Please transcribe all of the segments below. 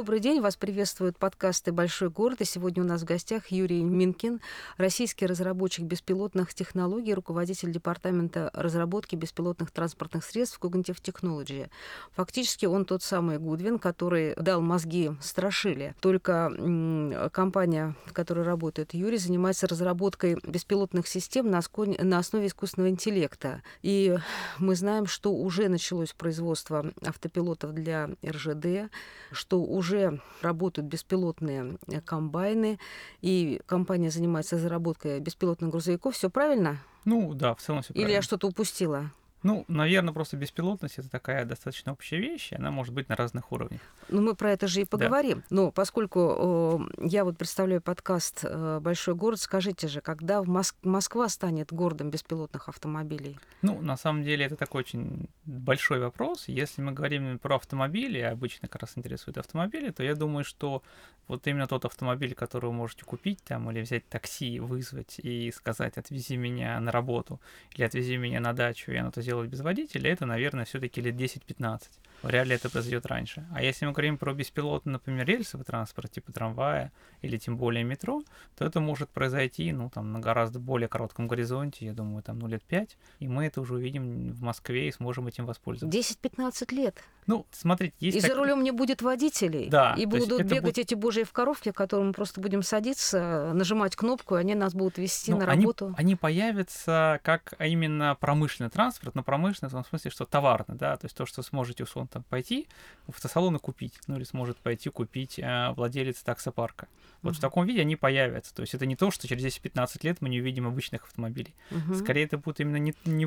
Добрый день, вас приветствуют подкасты «Большой город». И сегодня у нас в гостях Юрий Минкин, российский разработчик беспилотных технологий, руководитель департамента разработки беспилотных транспортных средств Cognitive Technology. Фактически он тот самый Гудвин, который дал мозги Страшиле. Только компания, в которой работает Юрий, занимается разработкой беспилотных систем на основе искусственного интеллекта. И мы знаем, что уже началось производство автопилотов для РЖД, что уже работают беспилотные комбайны, и компания занимается разработкой беспилотных грузовиков. Все правильно? Ну да, в целом все правильно. Или я что-то упустила? Ну, наверное, просто беспилотность — это такая достаточно общая вещь, и она может быть на разных уровнях. Ну, мы про это же и поговорим. Да. Но поскольку я вот представляю подкаст «Большой город», скажите же, когда Москва станет городом беспилотных автомобилей? Ну, на самом деле, это такой очень большой вопрос. Если мы говорим про автомобили, а обычно как раз интересуют автомобили, то я думаю, что вот именно тот автомобиль, который вы можете купить там, или взять такси, вызвать и сказать: «Отвези меня на работу» или «Отвези меня на дачу», и оно это сделать без водителя, это, наверное, все-таки лет 10-15. В реале это произойдет раньше. А если мы говорим про беспилотный, например, рельсовый транспорт, типа трамвая или тем более метро, то это может произойти, ну, там, на гораздо более коротком горизонте, я думаю, там, лет 5, и мы это уже увидим в Москве и сможем этим воспользоваться. 10-15 лет? Ну, смотрите, есть... И за рулем не будет водителей, да, и будут бегать эти божьи в коровке, в которые мы просто будем садиться, нажимать кнопку, и они нас будут везти на работу. Они появятся как именно промышленный транспорт, но промышленный в том смысле, что товарный, да, то есть то, что сможете, условно, там пойти в автосалон и купить, ну или сможет пойти купить владелец таксопарка. Вот в таком виде они появятся. То есть это не то, что через 10-15 лет мы не увидим обычных автомобилей. Скорее, это будут именно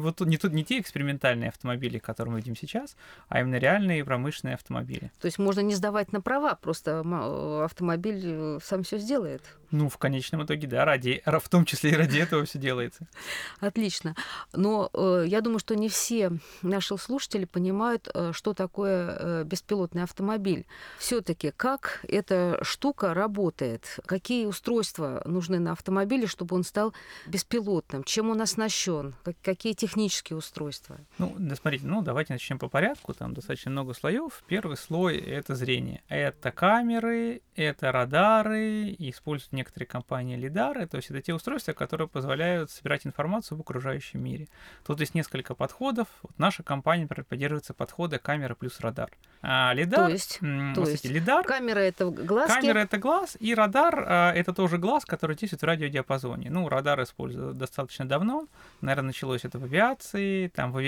не те экспериментальные автомобили, которые мы видим сейчас, а именно реальные промышленные автомобили. То есть можно не сдавать на права, просто автомобиль сам все сделает. Ну, в конечном итоге, да, в том числе и ради этого все делается. Отлично. Но я думаю, что не все наши слушатели понимают, что такое беспилотный автомобиль. Все-таки как эта штука работает? Какие устройства нужны на автомобиле, чтобы он стал беспилотным? Чем он оснащен? Какие технические устройства? Ну, да, смотрите, давайте начнем по порядку. Там достаточно много слоев. Первый слой — это зрение. Это камеры, это радары, используют некоторые компании лидары, то есть это те устройства, которые позволяют собирать информацию в окружающем мире. Тут есть несколько подходов. Вот наша компания, например, поддерживается подхода камера плюс радар. А лидар, то есть лидар, камера — это глазки? Камера — это глаз, и радар — это тоже глаз, который действует в радиодиапазоне. Ну, радар используют достаточно давно. Наверное, началось это в авиации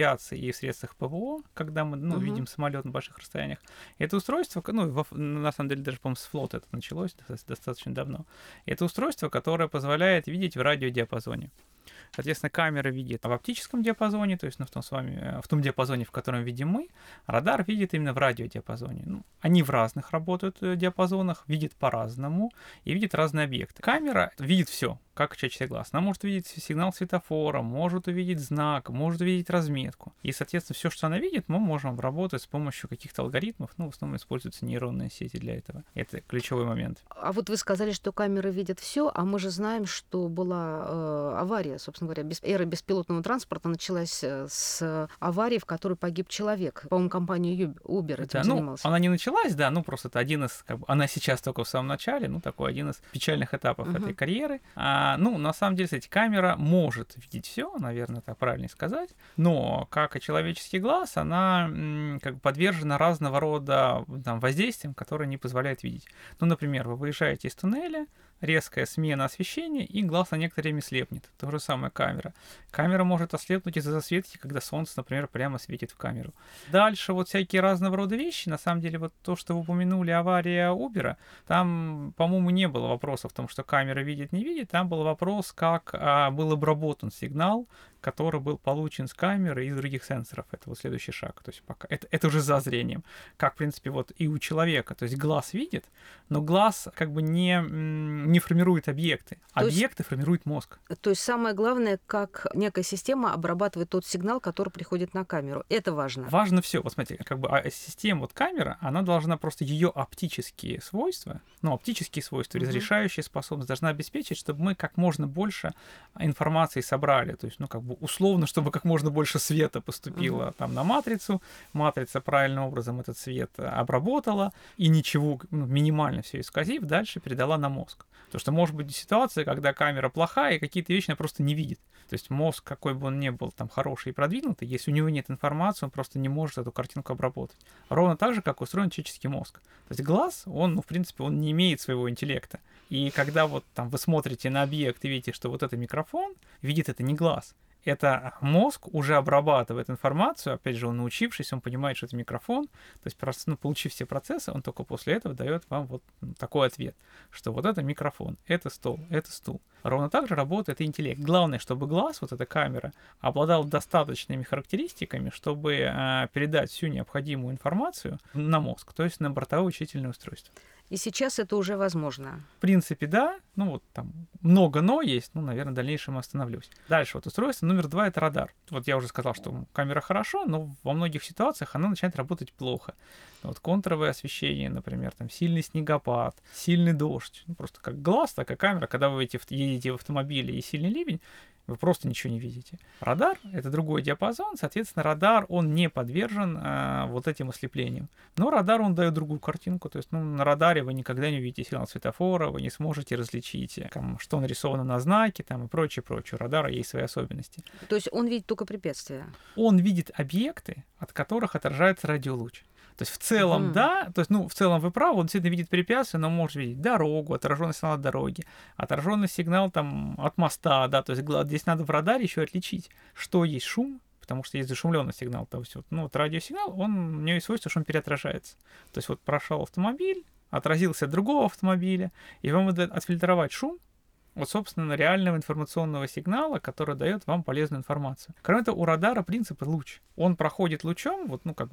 и в средствах ПВО, когда мы видим самолет на больших расстояниях. Это устройство, на самом деле даже, по-моему, с флота это началось достаточно давно. Это устройство, которое позволяет видеть в радиодиапазоне. Соответственно, камера видит в оптическом диапазоне, то есть в том диапазоне, в котором видим мы, радар видит именно в радиодиапазоне. Они в разных работают диапазонах, видят по-разному и видят разные объекты. Камера видит все, как человеческий глаз. Она может увидеть сигнал светофора, может увидеть знак, может увидеть разметку. И, соответственно, все, что она видит, мы можем обработать с помощью каких-то алгоритмов. В основном используются нейронные сети для этого. Это ключевой момент. А вот вы сказали, что камеры видят все, а мы же знаем, что была авария, собственно говоря, эра беспилотного транспорта началась с аварии, в которой погиб человек. По-моему, компания Uber этим занималась. Она не началась, да, просто это один из, она сейчас только в самом начале, такой один из печальных этапов этой карьеры. На самом деле, кстати, камера может видеть все, наверное, так правильно сказать, но, как и человеческий глаз, она подвержена разного рода воздействиям, которые не позволяют видеть. Например, вы выезжаете из туннеля, резкая смена освещения, и глаз на некоторое время слепнет. То же самое камера. Камера может ослепнуть из-за засветки, когда солнце, например, прямо светит в камеру. Дальше всякие разного рода вещи. На самом деле, то, что вы упомянули, авария Uber, там, по-моему, не было вопроса в том, что камера видит, не видит. Там был вопрос, как был обработан сигнал, который был получен с камеры и из других сенсоров. Это следующий шаг. То есть пока это уже за зрением. Как, в принципе, и у человека. То есть глаз видит, но глаз не формирует объекты. Объекты формирует мозг. То есть самое главное, как некая система обрабатывает тот сигнал, который приходит на камеру. Это важно. Важно все. Вот смотрите, система, камера, она должна просто ее оптические свойства, разрешающая способность должна обеспечить, чтобы мы как можно больше информации собрали. То есть, бы условно, чтобы как можно больше света поступило там на матрицу, матрица правильным образом этот свет обработала и ничего, минимально все исказив, дальше передала на мозг. Потому что может быть ситуация, когда камера плохая и какие-то вещи она просто не видит. То есть мозг, какой бы он ни был там хороший и продвинутый, если у него нет информации, он просто не может эту картинку обработать. Ровно так же, как устроен человеческий мозг. То есть глаз, он, в принципе, он не имеет своего интеллекта. И когда вот там вы смотрите на объект и видите, что вот это микрофон, видит это не глаз. Это мозг уже обрабатывает информацию, опять же, он научившись, он понимает, что это микрофон, то есть просто, получив все процессы, он только после этого дает вам вот такой ответ, что вот это микрофон, это стол, это стул. Ровно так же работает и интеллект. Главное, чтобы глаз, вот эта камера, обладал достаточными характеристиками, чтобы передать всю необходимую информацию на мозг, то есть на бортовое вычислительное устройство. И сейчас это уже возможно. В принципе, да. Ну, вот там много «но» есть. Ну, наверное, в дальнейшем остановлюсь. Дальше вот устройство номер 2 — это радар. Вот я уже сказал, что камера хорошо, но во многих ситуациях она начинает работать плохо. Вот контровое освещение, например, там сильный снегопад, сильный дождь. Ну, просто как глаз, так и камера. Когда вы едете в автомобиле и сильный ливень, вы просто ничего не видите. Радар — это другой диапазон, соответственно, радар, он не подвержен вот этим ослеплениям. Но радар, он дает другую картинку, то есть на радаре вы никогда не увидите сигнал светофора, вы не сможете различить, что нарисовано на знаке там, и прочее. У радара есть свои особенности. То есть он видит только препятствия? Он видит объекты, от которых отражается радиолуч. То есть в целом, да, то есть, в целом вы правы, он действительно видит препятствия, но может видеть дорогу, отраженный сигнал от дороги, отраженный сигнал там от моста, да, то есть здесь надо в радаре еще отличить, что есть шум, потому что есть зашумленный сигнал, то есть вот радиосигнал, у него есть свойство, что он переотражается. То есть вот прошел автомобиль, отразился от другого автомобиля, и вам надо отфильтровать шум, вот, собственно, реального информационного сигнала, который дает вам полезную информацию. Кроме того, у радара принцип луч. Он проходит лучом,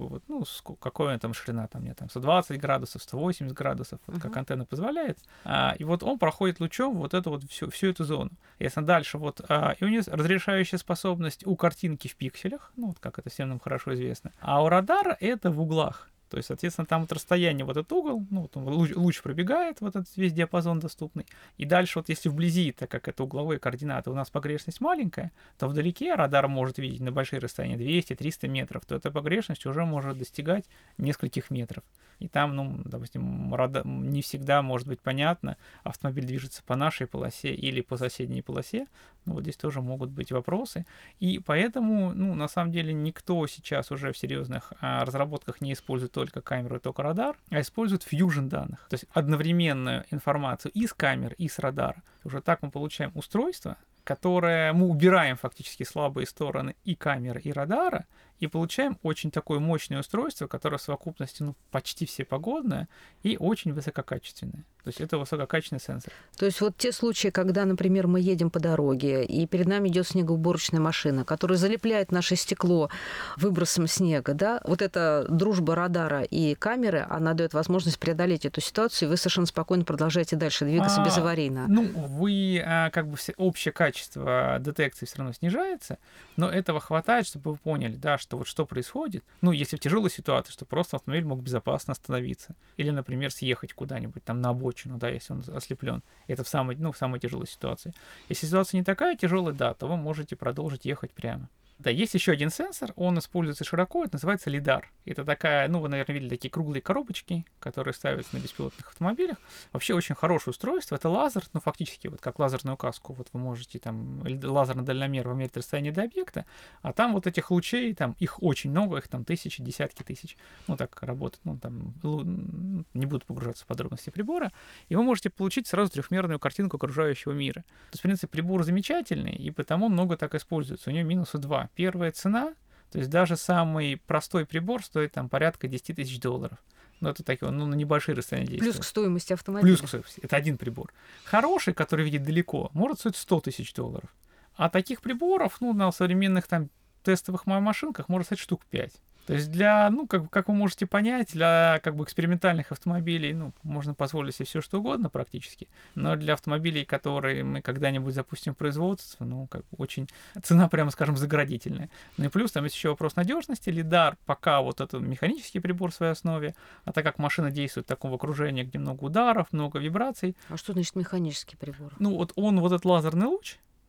какой там ширина, там, нет, там 120 градусов, 180 градусов, вот, как антенна позволяет. И вот он проходит лучом вот эту вот всю эту зону. Если дальше и у него разрешающая способность у картинки в пикселях, как это всем нам хорошо известно. А у радара это в углах. То есть, соответственно, там вот расстояние, вот этот угол, луч пробегает, вот этот весь диапазон доступный. И дальше вот если вблизи, так как это угловые координаты, у нас погрешность маленькая, то вдалеке радар может видеть на большие расстояния 200-300 метров, то эта погрешность уже может достигать нескольких метров. И там, допустим, не всегда может быть понятно, автомобиль движется по нашей полосе или по соседней полосе. Вот здесь тоже могут быть вопросы. И поэтому, на самом деле, никто сейчас уже в серьезных разработках не использует только камеру и только радар, а используют фьюжн данных. То есть одновременную информацию и с камер, и с радара. Уже так мы получаем устройство, которое мы убираем фактически слабые стороны и камеры, и радара, и получаем очень такое мощное устройство, которое в совокупности почти всепогодное и очень высококачественное. То есть это высококачественный сенсор. То есть вот те случаи, когда, например, мы едем по дороге, и перед нами идет снегоуборочная машина, которая залепляет наше стекло выбросом снега, да, вот эта дружба радара и камеры, она дает возможность преодолеть эту ситуацию, и вы совершенно спокойно продолжаете дальше двигаться безаварийно. Общее качество детекции все равно снижается, но этого хватает, чтобы вы поняли, да, что вот что происходит. Если в тяжелой ситуации, что просто автомобиль мог безопасно остановиться. Или, например, съехать куда-нибудь там на обочину, да, если он ослеплен. Это в самой тяжелой ситуации. Если ситуация не такая тяжелая, да, то вы можете продолжить ехать прямо. Да, есть еще один сенсор, он используется широко, это называется лидар. Это такая, вы, наверное, видели такие круглые коробочки, которые ставятся на беспилотных автомобилях. Вообще очень хорошее устройство, это лазер, фактически вот как лазерную каску, вот вы можете там, лазерный дальномер, вы меряете расстояние до объекта, а там вот этих лучей, там их очень много, их там тысячи, десятки тысяч, так работает, не буду погружаться в подробности прибора, и вы можете получить сразу трехмерную картинку окружающего мира. То есть, в принципе, прибор замечательный, и потому много так используется, у него минуса 2. Первая цена, то есть даже самый простой прибор стоит там порядка $10 тысяч. Это такие, на небольшие расстояния действует. Плюс к стоимости автомобиля. Плюс к стоимости. Это один прибор. Хороший, который видит далеко, может стоить $100 тысяч. А таких приборов, на современных там тестовых машинках может стоить штук 5. То есть для, как вы можете понять, для экспериментальных автомобилей, можно позволить себе все что угодно практически, но для автомобилей, которые мы когда-нибудь запустим в производство, очень цена, прямо скажем, заградительная. И плюс там есть еще вопрос надежности. Лидар пока вот это механический прибор в своей основе, а так как машина действует в таком окружении, где много ударов, много вибраций. А что значит механический прибор? Он вот этот лазерный луч,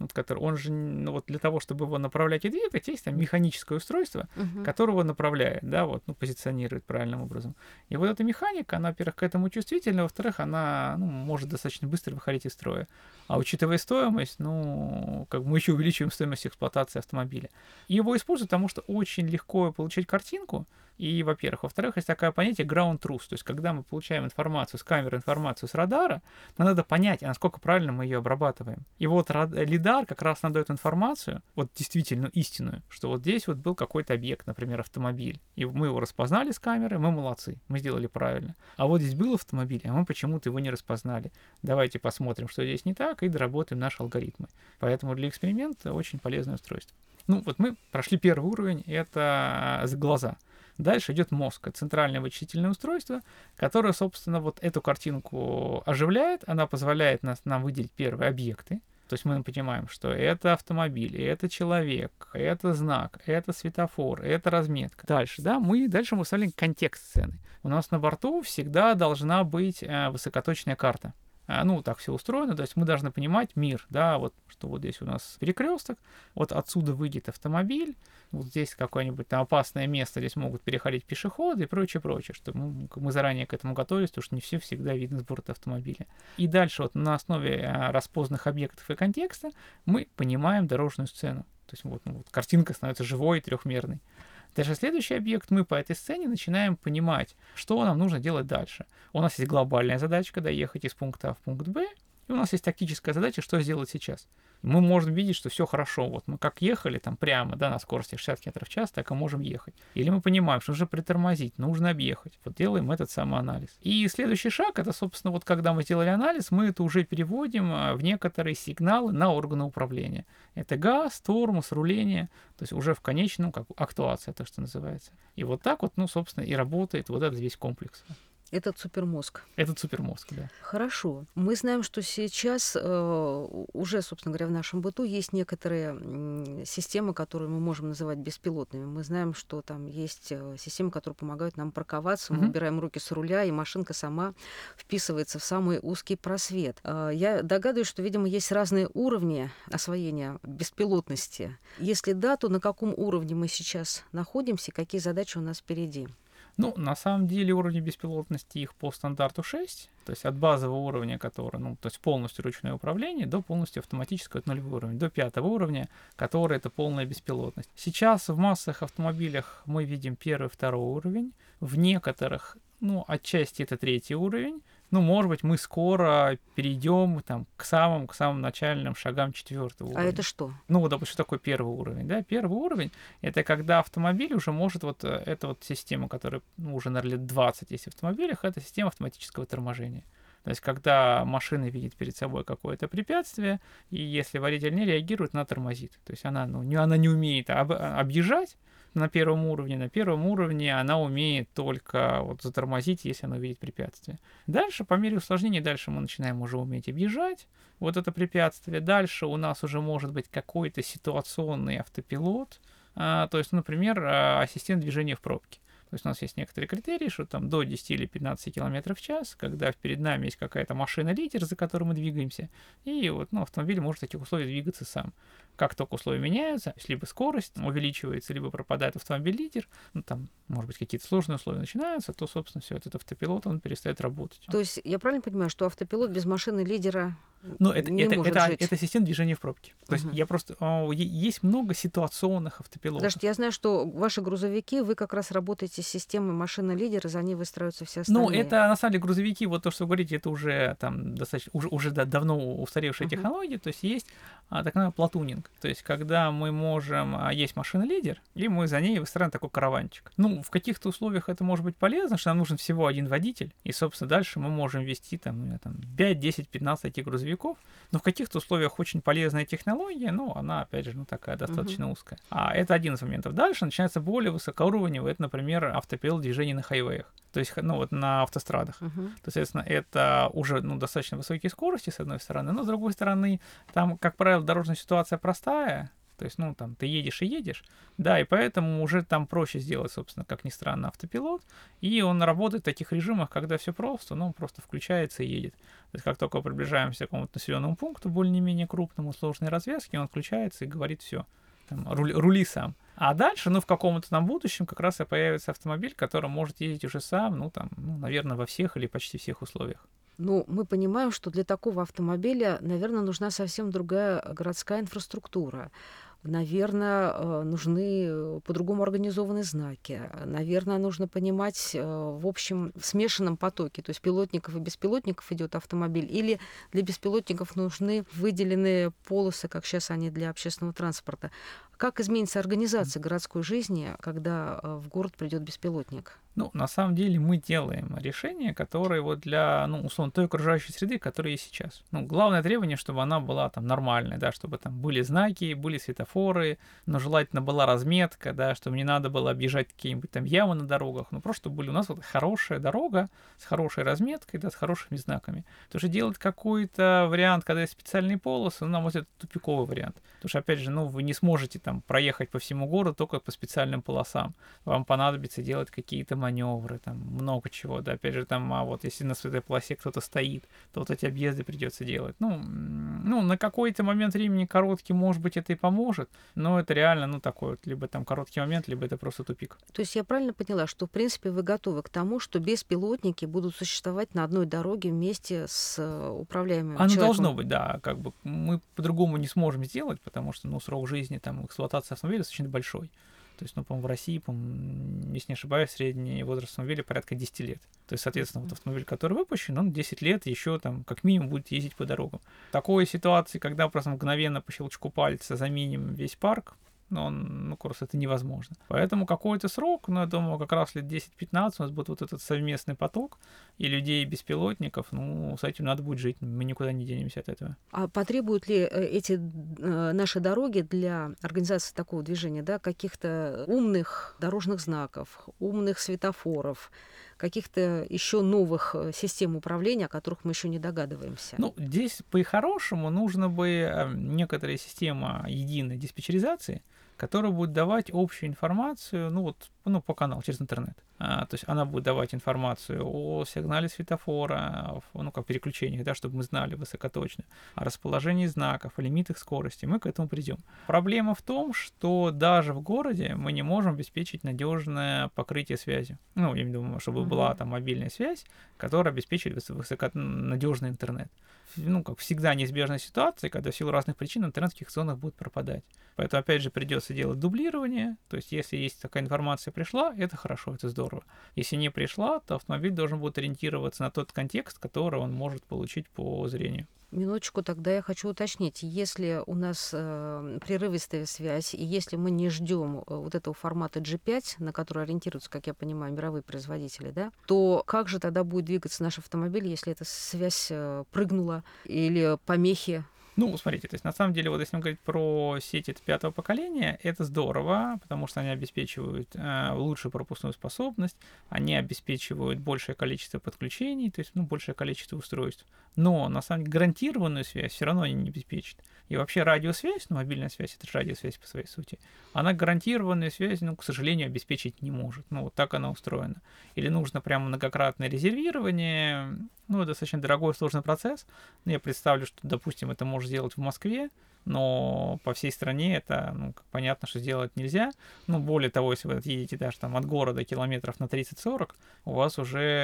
вот, который, он же, ну, вот для того, чтобы его направлять и двигать, есть там механическое устройство, которое его направляет, да, вот, ну, позиционирует правильным образом. И вот эта механика, она, во-первых, к этому чувствительна, во-вторых, она, ну, может достаточно быстро выходить из строя. А учитывая стоимость, ну, как бы мы еще увеличиваем стоимость эксплуатации автомобиля. И его используют, потому что очень легко получить картинку, и, во-первых. Во-вторых, есть такое понятие ground truth, то есть когда мы получаем информацию с камеры, информацию с радара, нам надо понять, насколько правильно мы ее обрабатываем. И вот лидар как раз нам дает информацию, вот действительно истинную, что вот здесь вот был какой-то объект, например, автомобиль, и мы его распознали с камеры, мы молодцы, мы сделали правильно. А вот здесь был автомобиль, а мы почему-то его не распознали. Давайте посмотрим, что здесь не так, и доработаем наши алгоритмы. Поэтому для эксперимента очень полезное устройство. Ну, вот мы прошли первый уровень, это глаза. Дальше идет мозг, центральное вычислительное устройство, которое, собственно, вот эту картинку оживляет, она позволяет нам выделить первые объекты. То есть мы понимаем, что это автомобиль, это человек, это знак, это светофор, это разметка. Дальше мы выставляем контекст сцены. У нас на борту всегда должна быть высокоточная карта. Ну, так все устроено, то есть мы должны понимать мир, да, вот, что вот здесь у нас перекресток, вот отсюда выйдет автомобиль, вот здесь какое-нибудь там опасное место, здесь могут переходить пешеходы и прочее, что мы заранее к этому готовились, потому что не все всегда видно с борта автомобиля. И дальше вот на основе распознанных объектов и контекста мы понимаем дорожную сцену, то есть вот картинка становится живой и трехмерной. Дальше следующий объект, мы по этой сцене начинаем понимать, что нам нужно делать дальше. У нас есть глобальная задача, доехать из пункта А в пункт Б, и у нас есть тактическая задача, что сделать сейчас. Мы можем видеть, что все хорошо. Вот мы как ехали там прямо, да, на скорости 60 км в час, так и можем ехать. Или мы понимаем, что нужно притормозить, нужно объехать. Вот делаем этот самый анализ. И следующий шаг, это, собственно, вот когда мы сделали анализ, мы это уже переводим в некоторые сигналы на органы управления. Это газ, тормоз, руление, то есть уже в конечном, как актуация, то, что называется. И вот так вот, ну, собственно, и работает вот этот весь комплекс. Этот супермозг. Этот супермозг, да. Хорошо. Мы знаем, что сейчас уже, собственно говоря, в нашем быту есть некоторые системы, которые мы можем называть беспилотными. Мы знаем, что там есть системы, которые помогают нам парковаться. Мы убираем руки с руля, и машинка сама вписывается в самый узкий просвет. Я догадываюсь, что, видимо, есть разные уровни освоения беспилотности. Если да, то на каком уровне мы сейчас находимся, какие задачи у нас впереди? Ну, на самом деле уровни беспилотности их по стандарту 6, то есть от базового уровня, который, ну, то есть полностью ручное управление, до полностью автоматического, это нулевой уровень, до 5-го уровня, который это полная беспилотность. Сейчас в массовых автомобилях мы видим 1-й, 2-й уровень, в некоторых, ну, отчасти это 3-й уровень, ну, может быть, мы скоро перейдем там, к самым начальным шагам 4-го уровня. А это что? Ну, допустим, что такое 1-й уровень? Да? 1-й уровень — это когда автомобиль уже может, вот эта вот система, которая уже, наверное, лет 20 есть в автомобилях, это система автоматического торможения. То есть, когда машина видит перед собой какое-то препятствие, и если водитель не реагирует, она тормозит. То есть она не умеет объезжать на 1-м уровне. На 1-м уровне она умеет только вот затормозить, если она видит препятствие. Дальше, по мере усложнения, дальше мы начинаем уже уметь объезжать вот это препятствие. Дальше у нас уже может быть какой-то ситуационный автопилот, то есть, например, ассистент движения в пробке. То есть у нас есть некоторые критерии, что там до 10 или 15 км в час, когда перед нами есть какая-то машина-лидер, за которой мы двигаемся, и вот, автомобиль может в этих условиях двигаться сам. Как только условия меняются, либо скорость увеличивается, либо пропадает автомобиль-лидер, там, может быть, какие-то сложные условия начинаются, то, собственно, все, этот автопилот, он перестает работать. То есть я правильно понимаю, что автопилот без машины-лидера не может жить? Это система движения в пробке. То есть я просто... Есть много ситуационных автопилотов. Потому что я знаю, что ваши грузовики, вы как раз работаете с системой машина-лидера, за ней выстраиваются все остальные. Ну, это, на самом деле, грузовики, вот то, что вы говорите, это уже там достаточно... Уже давно устаревшая технология, то есть есть так называемый платунинг. То есть когда мы можем... Есть машина-лидер, и мы за ней выстраиваем такой караванчик. Ну, в каких-то условиях это может быть полезно, что нам нужен всего один водитель, и, собственно, дальше мы можем вести там 5, 10, 15 таких грузовиков, но в каких-то условиях очень полезная технология, но она, опять же, такая достаточно узкая. А это один из моментов. Дальше начинается более высокоуровневый, это, например, автопилот движения на хайвеях, то есть, вот на автострадах. То, соответственно, это уже, достаточно высокие скорости, с одной стороны, но, с другой стороны, там, как правило, дорожная ситуация простая, То есть, ну, там, ты едешь и едешь, да, и поэтому уже там проще сделать, собственно, как ни странно, автопилот, и он работает в таких режимах, когда все просто, ну, он просто включается и едет. То есть, как только приближаемся к какому-то населенному пункту, более-менее крупному, сложной развязки, он включается и говорит: все, там, рули сам. А дальше, ну, в каком-то там будущем как раз и появится автомобиль, который может ездить уже сам, ну, там, ну, наверное, во всех или почти всех условиях. Ну, мы понимаем, что для такого автомобиля, наверное, нужна совсем другая городская инфраструктура. Наверное, нужны по-другому организованные знаки. Наверное, нужно понимать, в общем, в смешанном потоке, то есть пилотников и беспилотников идет автомобиль, или для беспилотников нужны выделенные полосы, как сейчас они для общественного транспорта. Как изменится организация городской жизни, когда в город придет беспилотник? Ну, на самом деле мы делаем решения, которые вот для, ну, условно, той окружающей среды, которая есть сейчас. Ну, главное требование, чтобы она была там нормальной, да, чтобы там были знаки, были светофоры, но желательно была разметка, да, чтобы не надо было объезжать какие-нибудь там ямы на дорогах, ну, просто чтобы были у нас вот хорошая дорога с хорошей разметкой, да, с хорошими знаками. Потому что делать какой-то вариант, когда есть специальные полосы, ну, нам вот это тупиковый вариант. Потому что, опять же, ну, вы не сможете там проехать по всему городу только по специальным полосам. Вам понадобится делать какие-то маневры, там много чего, да, опять же, там, а вот если на светой полосе кто-то стоит, то вот эти объезды придется делать. Ну, на какой-то момент времени короткий, может быть, это и поможет, но это реально, ну, такой вот, либо там короткий момент, либо это просто тупик. То есть я правильно поняла, что, в принципе, вы готовы к тому, что беспилотники будут существовать на одной дороге вместе с управляемым Оно человеком? должно быть, да, как бы мы по-другому не сможем сделать, потому что, ну, срок жизни, там, эксплуатации автомобиля достаточно большой. То есть, ну, по-моему, в России, по-моему, если не ошибаюсь, средний возраст автомобиля порядка 10 лет. То есть, соответственно, вот автомобиль, который выпущен, он 10 лет еще там как минимум будет ездить по дорогам. В такой ситуации, когда просто мгновенно по щелчку пальца заменим весь парк, ну, просто это невозможно. Поэтому какой-то срок, ну, я думаю, как раз лет 10-15 у нас будет вот этот совместный поток, и людей, и беспилотников, ну, с этим надо будет жить, мы никуда не денемся от этого. А потребуют ли эти наши дороги для организации такого движения, да, каких-то умных дорожных знаков, умных светофоров, каких-то еще новых систем управления, о которых мы еще не догадываемся? Ну, здесь по-хорошему нужно бы некоторая система единой диспетчеризации, которая будет давать общую информацию, ну, вот, ну, по каналу, через интернет. То есть она будет давать информацию о сигнале светофора, ну, как переключениях, да, чтобы мы знали высокоточно, о расположении знаков, о лимитах скорости. Мы к этому придем. Проблема в том, что даже в городе мы не можем обеспечить надежное покрытие связи. Ну, я имею в виду, чтобы была там мобильная связь, которая обеспечивает надежный интернет. Ну, как всегда, неизбежная ситуация, когда в силу разных причин интернет в каких зонах будет пропадать. Поэтому, опять же, придется делать дублирование. То есть, если есть такая информация пришла, это хорошо, это здорово. Если не пришла, то автомобиль должен будет ориентироваться на тот контекст, который он может получить по зрению. Минуточку, тогда я хочу уточнить, если у нас прерывистая связь, и если мы не ждем вот этого формата G5, на который ориентируются, как я понимаю, мировые производители, да, то как же тогда будет двигаться наш автомобиль, если эта связь прыгнула или помехи? Ну, смотрите, то есть на самом деле, вот если мы говорить про сети пятого поколения, это здорово, потому что они обеспечивают лучшую пропускную способность, они обеспечивают большее количество подключений, то есть, ну, большее количество устройств. Но, на самом деле, гарантированную связь все равно они не обеспечат. И вообще радиосвязь, ну, мобильная связь, это же радиосвязь по своей сути, она гарантированную связь, ну, к сожалению, обеспечить не может. Ну, вот так она устроена. Или нужно прямо многократное резервирование, ну, достаточно дорогой сложный процесс. Ну, я представлю, что, допустим, это можно сделать в Москве, но по всей стране это, ну, понятно, что сделать нельзя. Ну, более того, если вы едете даже там от города километров на 30-40, у вас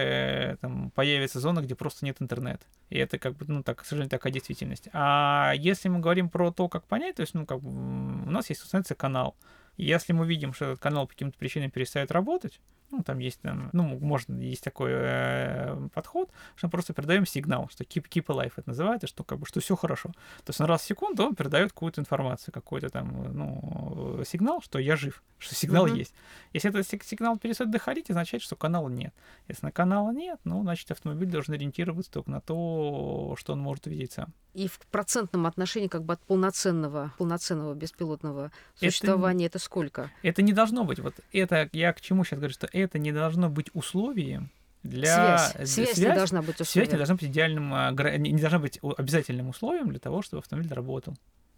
уже там появится зона, где просто нет интернета. И это как бы, ну, так, к сожалению, такая действительность. А если мы говорим про то, как понять, то есть, ну, как бы у нас есть, установится канал. И если мы видим, что этот канал по каким-то причинам перестает работать, ну, там есть, там, ну, можно, есть такой подход, что мы просто передаем сигнал, что keep alive это называется, что как бы, что все хорошо. То есть на раз в секунду он передает какую-то информацию, какой-то там, ну, сигнал, что я жив, что сигнал есть. Если этот сигнал перестает доходить, означает, что канала нет. Если на канала нет, ну, значит, автомобиль должен ориентироваться только на то, что он может увидеть сам. И в процентном отношении как бы от полноценного беспилотного существования это сколько? Это не должно быть. Вот это я к чему сейчас говорю, что это не должно быть условием для... Связь не должна быть условием. Связь не должна быть идеальным, не должна быть обязательным условием для того, чтобы автомобиль работал.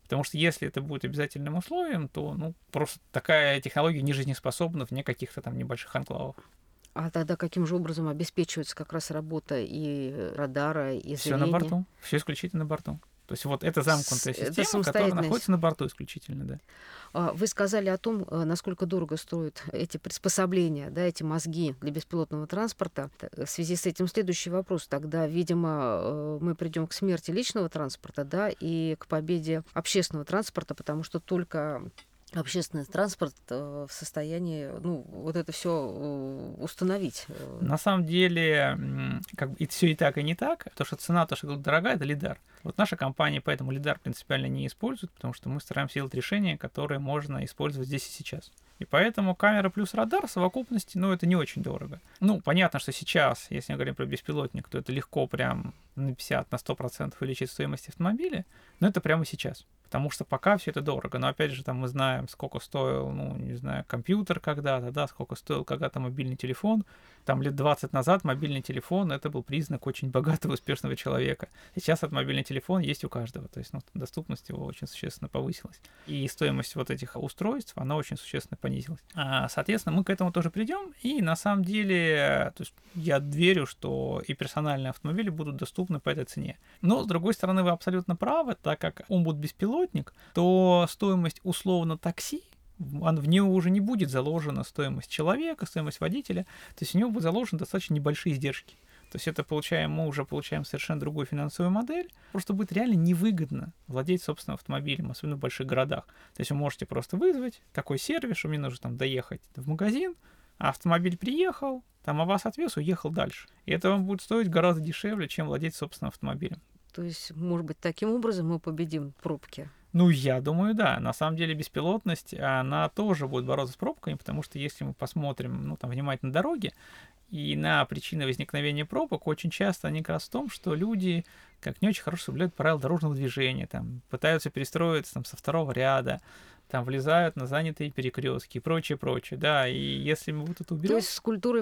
Потому что если это будет обязательным условием, то просто такая технология не жизнеспособна вне каких-то там небольших анклавов. А тогда каким же образом обеспечивается как раз работа и радара, и Все на зрения? борту, все исключительно на борту. То есть вот это замкнутая Это система, которая находится на борту исключительно, да. Вы сказали о том, насколько дорого стоят эти приспособления, да, эти мозги для беспилотного транспорта. В связи с этим следующий вопрос. Тогда, видимо, мы придем к смерти личного транспорта, да, и к победе общественного транспорта, потому что только общественный транспорт в состоянии, вот это все установить. На самом деле, как бы и все и так, и не так. То, что цена, то, что дорогая, это лидар. Вот наша компания поэтому лидар принципиально не использует, потому что мы стараемся делать решения, которые можно использовать здесь и сейчас. И поэтому камера плюс радар в совокупности, это не очень дорого. Понятно, что сейчас, если мы говорим про беспилотник, то это легко прям на 50, на 100% увеличить стоимость автомобиля, но это прямо сейчас. Потому что пока все это дорого. Но опять же, там мы знаем, сколько стоил, не знаю, компьютер когда-то, да, сколько стоил когда-то мобильный телефон. Там лет 20 назад мобильный телефон — это был признак очень богатого, успешного человека. Сейчас этот мобильный телефон есть у каждого. То есть доступность его очень существенно повысилась. И стоимость вот этих устройств, она очень существенно понизилась. Соответственно, мы к этому тоже придем. И на самом деле, то есть я верю, что и персональные автомобили будут доступны по этой цене. Но, с другой стороны, вы абсолютно правы, так как он будет беспилотник, то стоимость условно такси, в него уже не будет заложена стоимость человека, стоимость водителя, то есть у него будут заложены достаточно небольшие издержки. То есть мы уже получаем совершенно другую финансовую модель. Просто будет реально невыгодно владеть собственным автомобилем, особенно в больших городах. То есть вы можете просто вызвать такой сервис, что мне нужно там доехать в магазин, а автомобиль приехал, а вас отвез, уехал дальше. И это вам будет стоить гораздо дешевле, чем владеть собственным автомобилем. То есть, может быть, таким образом мы победим пробки? Я думаю, да. На самом деле беспилотность, она тоже будет бороться с пробками, потому что если мы посмотрим, внимательно дороги и на причины возникновения пробок, очень часто они как раз в том, что люди как не очень хорошо соблюдают правила дорожного движения, пытаются перестроиться со второго ряда, влезают на занятые перекрестки и прочее, да, и если мы вот это уберем... То есть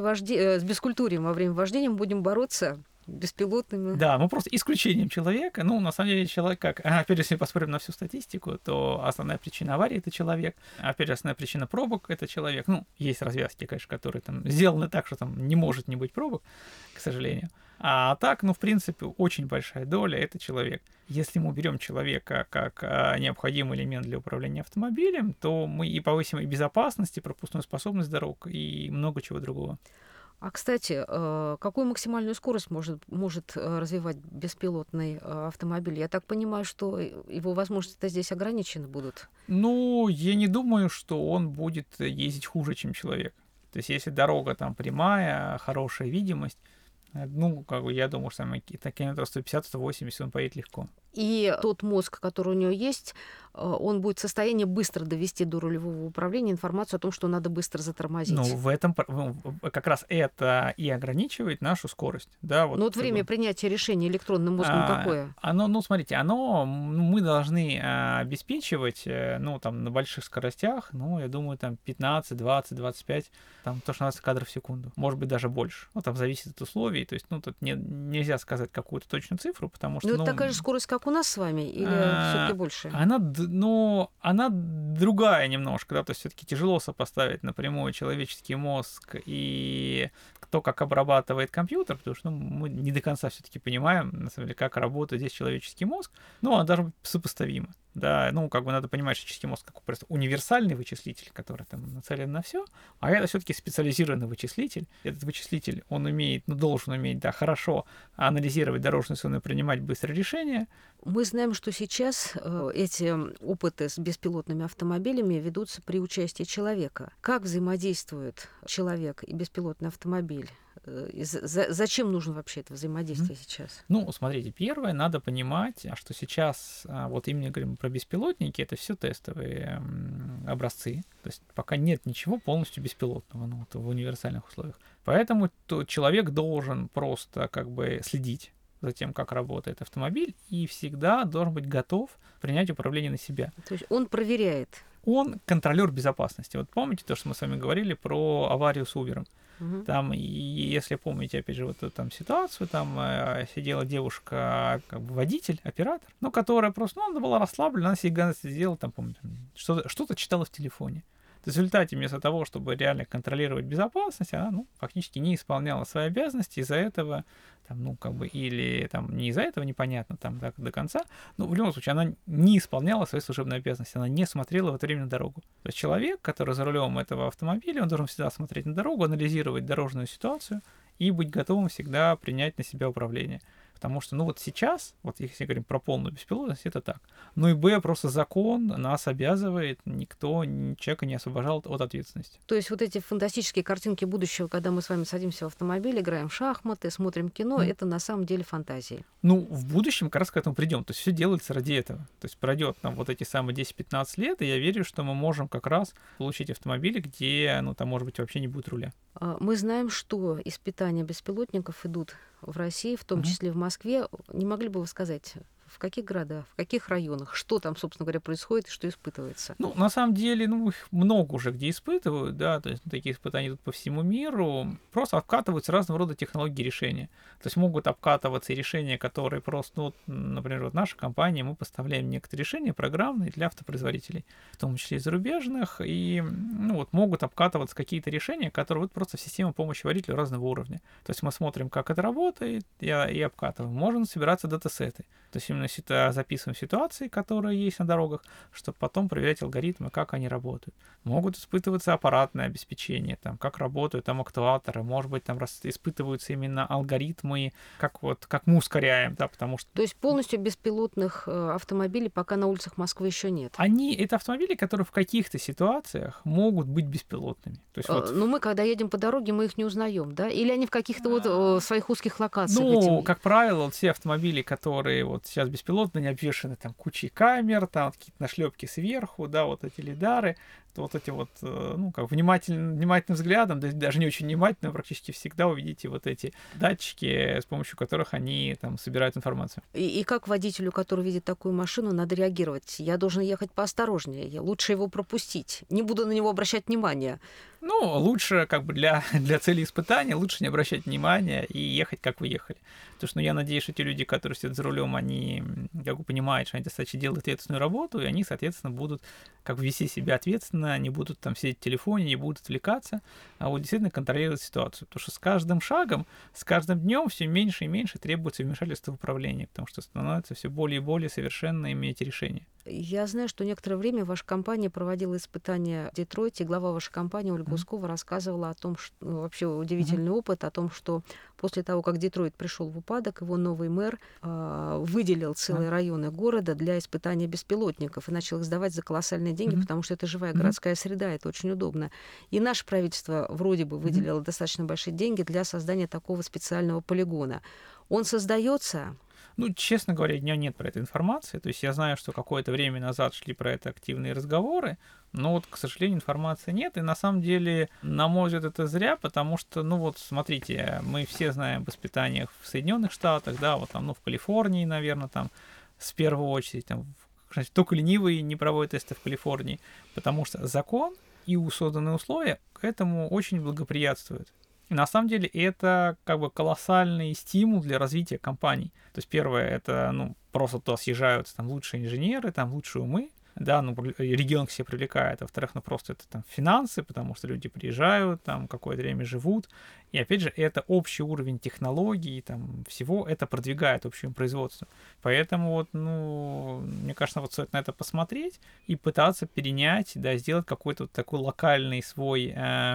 с бескультурием во время вождения мы будем бороться беспилотными. Да, мы просто исключением человека. На самом деле, человек как... Опять, если посмотрим на всю статистику, то основная причина аварии — это человек. Опять же, основная причина пробок — это человек. Есть развязки, конечно, которые сделаны так, что не может не быть пробок, к сожалению. А так, в принципе, очень большая доля — это человек. Если мы уберем человека как необходимый элемент для управления автомобилем, то мы и повысим и безопасность, и пропускную способность дорог, и много чего другого. А, кстати, какую максимальную скорость может развивать беспилотный автомобиль? Я так понимаю, что его возможности здесь ограничены будут. Я не думаю, что он будет ездить хуже, чем человек. То есть, если дорога прямая, хорошая видимость, я думаю, что километров 150-180 он поедет легко. И тот мозг, который у него есть, он будет в состоянии быстро довести до рулевого управления информацию о том, что надо быстро затормозить. В этом как раз это и ограничивает нашу скорость. Да, Но время принятия решения электронным мозгом какое? Смотрите, мы должны обеспечивать, на больших скоростях, я думаю, 15, 20, 25, то, что называется, кадров в секунду. Может быть, даже больше. Зависит от условий. То есть, тут нельзя сказать какую-то точную цифру, потому что... это такая же скорость, как у нас с вами, или все-таки больше? Она другая немножко, да, то есть все-таки тяжело сопоставить напрямую человеческий мозг и то, как обрабатывает компьютер, потому что мы не до конца все-таки понимаем, на самом деле, как работает здесь человеческий мозг, она должна быть сопоставима. Да, надо понимать, что человеческий мозг как просто универсальный вычислитель, который нацелен на все, а это все-таки специализированный вычислитель. Этот вычислитель, он должен уметь, хорошо анализировать дорожную зону и принимать быстрые решения. Мы знаем, что сейчас эти опыты с беспилотными автомобилями ведутся при участии человека. Как взаимодействует человек и беспилотный автомобиль? Зачем нужно вообще это взаимодействие сейчас? Смотрите, первое, надо понимать, что сейчас, именно говорим про беспилотники, это все тестовые образцы. То есть пока нет ничего полностью беспилотного, в универсальных условиях. Поэтому человек должен просто следить за тем, как работает автомобиль, и всегда должен быть готов принять управление на себя. То есть он проверяет. Он контролер безопасности. Помните то, что мы с вами говорили про аварию с Uber? Мгм. Там, и если помните, опять же, вот эту там ситуацию, там сидела девушка, как бы водитель, оператор, ну, которая просто, ну, она была расслаблена, она себе сидела, там, помню, там, что-то читала в телефоне. В результате, вместо того, чтобы реально контролировать безопасность, она, ну, фактически не исполняла свои обязанности, из-за этого, там, ну, как бы, или там не из-за этого, непонятно, там, до конца, но в любом случае она не исполняла свои служебные обязанности, она не смотрела в это время на дорогу. То есть человек, который за рулем этого автомобиля, он должен всегда смотреть на дорогу, анализировать дорожную ситуацию и быть готовым всегда принять на себя управление. Потому что, ну вот сейчас, вот если говорим про полную беспилотность, это так. Ну и Б, просто закон нас обязывает, никто человека не освобождал от ответственности. То есть вот эти фантастические картинки будущего, когда мы с вами садимся в автомобиль, играем в шахматы, смотрим кино, это на самом деле фантазии. Ну, в будущем как раз к этому придем. То есть все делается ради этого. То есть пройдет нам вот эти самые 10-15 лет, и я верю, что мы можем как раз получить автомобили, где, ну, там, может быть, вообще не будет руля. Мы знаем, что испытания беспилотников идут в России, в том числе в Москве. Не могли бы вы сказать, в каких городах, в каких районах, что там, собственно говоря, происходит и что испытывается? Ну, на самом деле, ну, их много уже где испытывают, да, то есть такие испытания идут по всему миру, просто обкатываются разного рода технологии решения. То есть могут обкатываться и решения, которые просто, ну, вот, например, вот наша компания, мы поставляем некоторые решения программные для автопроизводителей, в том числе и зарубежных, и, ну, вот могут обкатываться какие-то решения, которые вот просто в систему помощи водителю разного уровня. То есть мы смотрим, как это работает, и обкатываем. Можно собираться датасеты. То есть именно записываем ситуации, которые есть на дорогах, чтобы потом проверять алгоритмы, как они работают. Могут испытываться аппаратное обеспечение, там, как работают там актуаторы, может быть, там испытываются именно алгоритмы, как мы ускоряем, да, потому что... То есть полностью беспилотных автомобилей пока на улицах Москвы еще нет? Это автомобили, которые в каких-то ситуациях могут быть беспилотными. То есть Но мы, когда едем по дороге, мы их не узнаем, да? Или они в каких-то вот своих узких локациях? Ну, как правило, вот все автомобили, которые вот сейчас беспилотные, они обвешаны там кучей камер, там какие-то нашлепки сверху, да, вот эти лидары, то вот эти вот, ну, как внимательным взглядом, даже не очень внимательно, практически всегда увидите вот эти датчики, с помощью которых они там собирают информацию. И как водителю, который видит такую машину, надо реагировать? Я должен ехать поосторожнее, лучше его пропустить, не буду на него обращать внимания. Ну, лучше как бы для цели испытания лучше не обращать внимания и ехать, как вы ехали. Потому что, ну, я надеюсь, что те люди, которые сидят за рулем, они как бы понимают, что они достаточно делают ответственную работу, и они, соответственно, будут как бы вести себя ответственно, не будут там сидеть в телефоне, не будут отвлекаться, а вот действительно контролировать ситуацию. Потому что с каждым шагом, с каждым днем все меньше и меньше требуется вмешательство в управление, потому что становится все более и более совершенными эти решения. Я знаю, что некоторое время ваша компания проводила испытания в Детройте. Глава вашей компании Ольга Ускова рассказывала о том, что вообще удивительный опыт, о том, что после того, как Детройт пришел в упадок, его новый мэр выделил целые районы города для испытания беспилотников и начал их сдавать за колоссальные деньги, потому что это живая городская среда, это очень удобно. И наше правительство вроде бы выделило достаточно большие деньги для создания такого специального полигона. Он создается? Ну, честно говоря, у меня нет про это информации. То есть я знаю, что какое-то время назад шли про это активные разговоры, но вот, к сожалению, информации нет. И на самом деле, на мой взгляд, это зря, потому что, ну вот, смотрите, мы все знаем об испытаниях в Соединенных Штатах, да, вот там, ну, в Калифорнии, наверное, там, в первую очередь, там, только ленивые не проводят тесты в Калифорнии, потому что закон и созданные условия к этому очень благоприятствуют. И на самом деле это как бы колоссальный стимул для развития компаний. То есть первое, это, ну, просто туда съезжаются там лучшие инженеры, там лучшие умы, да, ну, регион к себе привлекает, а во-вторых, ну, просто это там финансы, потому что люди приезжают, там какое-то время живут, и опять же, это общий уровень технологий, там, всего, это продвигает общее производство. Поэтому вот, ну, мне кажется, вот стоит на это посмотреть и пытаться перенять, да, сделать какой-то вот такой локальный свой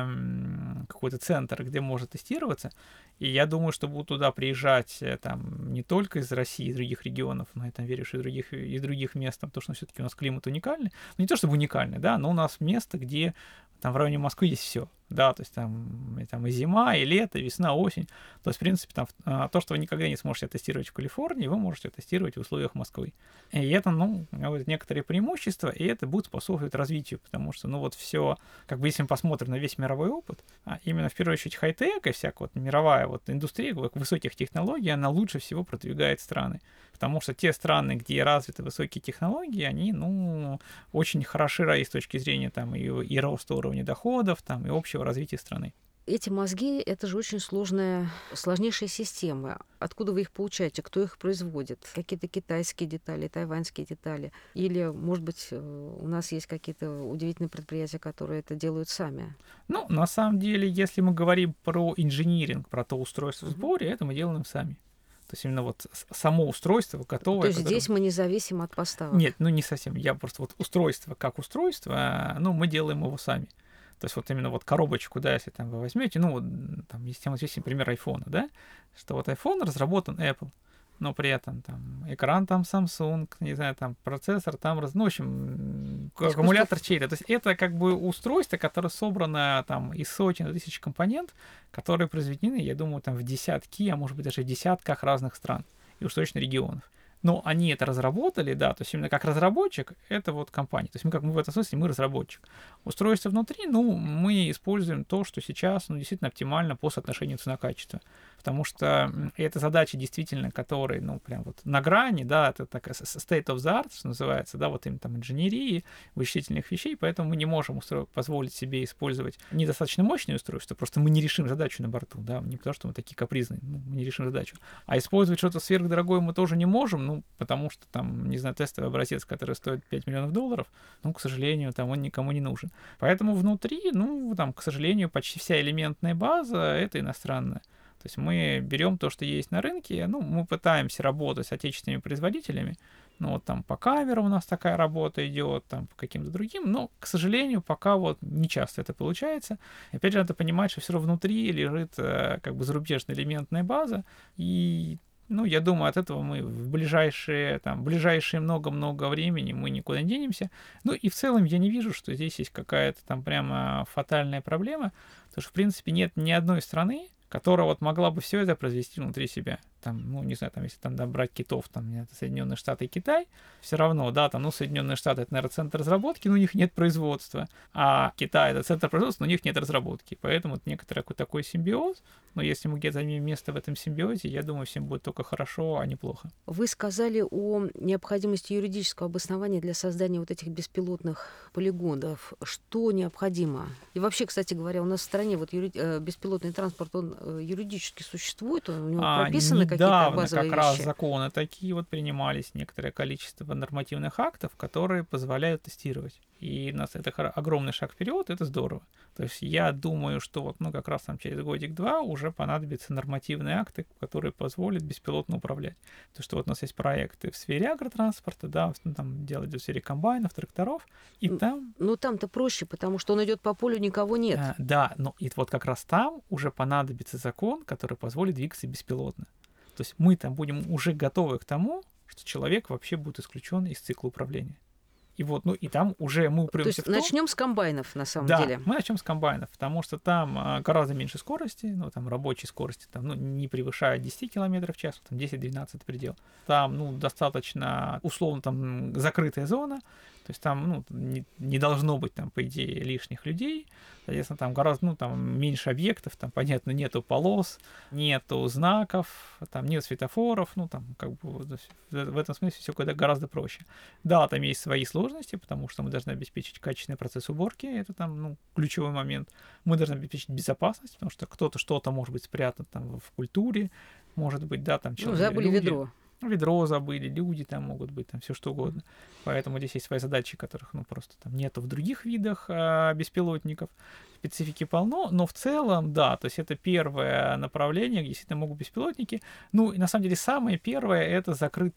какой-то центр, где может тестироваться. И я думаю, что будут туда приезжать там не только из России, из других регионов, но я там верю, что из других мест, потому что все-таки у нас климат уникальный. Ну, не то чтобы уникальный, да, но у нас место, где там в районе Москвы есть все. Да, то есть там и зима, и лето, и весна, осень. То есть, в принципе, там то, что вы никогда не сможете тестировать в Калифорнии, вы можете тестировать в условиях Москвы. И это, ну, некоторые преимущества, и это будет способствовать развитию, потому что, ну, вот все, как бы, если мы посмотрим на весь мировой опыт, а именно, в первую очередь, хай-тек и всякая вот мировая вот индустрия высоких технологий, она лучше всего продвигает страны. Потому что те страны, где развиты высокие технологии, они, ну, очень хороши с точки зрения там и роста уровня доходов, там, и общего развития страны. Эти мозги — это же очень сложнейшая система. Откуда вы их получаете? Кто их производит? Какие-то китайские детали, тайваньские детали? Или, может быть, у нас есть какие-то удивительные предприятия, которые это делают сами? Ну, на самом деле, если мы говорим про инжиниринг, про то устройство в сборе, это мы делаем сами. То есть именно вот само устройство готовое. То есть здесь мы не зависим от поставок? Нет, ну не совсем. Я просто вот устройство как устройство, ну, мы делаем его сами. То есть вот именно вот коробочку, да, если там вы возьмете, ну, вот, там есть например, iPhone, да, что вот iPhone разработан Apple, но при этом там экран там Samsung, не знаю, там процессор там, ну, в общем, аккумулятор чей-то. То есть это как бы устройство, которое собрано там из сотен тысяч компонентов, которые произведены, я думаю, там в десятки, а может быть даже в десятках разных стран и уж точно регионов. Но они это разработали, да, то есть именно как разработчик, это вот компания. То есть мы в этом смысле мы разработчик. Устройство внутри, ну, мы используем то, что сейчас, ну, действительно оптимально по соотношению цена-качество. Потому что это задачи действительно, которые, ну, прям вот на грани, да, это такая state of the art, что называется, да, вот именно там инженерии, вычислительных вещей, поэтому мы не можем позволить себе использовать недостаточно мощное устройство, просто мы не решим задачу на борту, да, не потому что мы такие капризные, ну, мы не решим задачу. А использовать что-то сверхдорогое мы тоже не можем, ну, потому что там, не знаю, тестовый образец, который стоит $5 миллионов, ну, к сожалению, там он никому не нужен. Поэтому внутри, ну, там, к сожалению, почти вся элементная база — это иностранная. То есть мы берем то, что есть на рынке, ну, мы пытаемся работать с отечественными производителями, ну, вот там по камерам у нас такая работа идет, там по каким-то другим, но, к сожалению, пока вот не часто это получается. И опять же, надо понимать, что все равно внутри лежит как бы зарубежная элементная база, и ну, я думаю, от этого мы в ближайшие много-много времени мы никуда не денемся. Ну, и в целом я не вижу, что здесь есть какая-то там прямо фатальная проблема, потому что, в принципе, нет ни одной страны, которая вот могла бы все это произвести внутри себя. Там, ну, не знаю, там, если там брать китов, там, это Соединенные Штаты и Китай, все равно, да, там, ну, Соединенные Штаты — это, наверное, центр разработки, но у них нет производства, а Китай — это центр производства, но у них нет разработки, поэтому это некоторый такой симбиоз, но если мы где-то займем место в этом симбиозе, я думаю, всем будет только хорошо, а не плохо. Вы сказали о необходимости юридического обоснования для создания вот этих беспилотных полигонов. Что необходимо? И вообще, кстати говоря, у нас в стране вот беспилотный транспорт, он юридически существует, у него прописаны какие-то базовые как раз вещи? законы такие вот принимались, некоторое количество нормативных актов, которые позволяют тестировать. И у нас это огромный шаг вперед, это здорово. То есть я думаю, что вот, ну, как раз там через годик-два уже понадобятся нормативные акты, которые позволят беспилотно управлять. То, что вот у нас есть проекты в сфере агротранспорта, да, там дело идет в сфере комбайнов, тракторов, и там... Ну, там-то проще, потому что он идет по полю, никого нет. Да, но и вот как раз там уже понадобится закон, который позволит двигаться беспилотно. То есть мы там будем уже готовы к тому, что человек вообще будет исключен из цикла управления. И вот, ну и там уже мы упремся в то... То есть начнем с комбайнов, на самом деле. Да, мы начнем с комбайнов, потому что там гораздо меньше скорости, ну там рабочей скорости, там, ну, не превышает 10 км в час, там 10-12 предел. Там, ну, достаточно, условно, там закрытая зона, то есть там, ну, не должно быть там, по идее, лишних людей. Соответственно, там гораздо, ну, там меньше объектов, там, понятно, нету полос, нету знаков, там нет светофоров, ну, там, как бы, в этом смысле все гораздо проще. Да, там есть свои сложности, потому что мы должны обеспечить качественный процесс уборки, это там, ну, ключевой момент. Мы должны обеспечить безопасность, потому что кто-то что-то может быть спрятано там в культуре, может быть, да, там человек. Ну, забыли ведро. Ведро забыли, люди там могут быть, там все что угодно. Поэтому здесь есть свои задачи, которых, ну, просто там нету в других видах беспилотников. Специфики полно, но в целом, да, то есть это первое направление, где действительно могут беспилотники. Ну, и на самом деле самое первое — это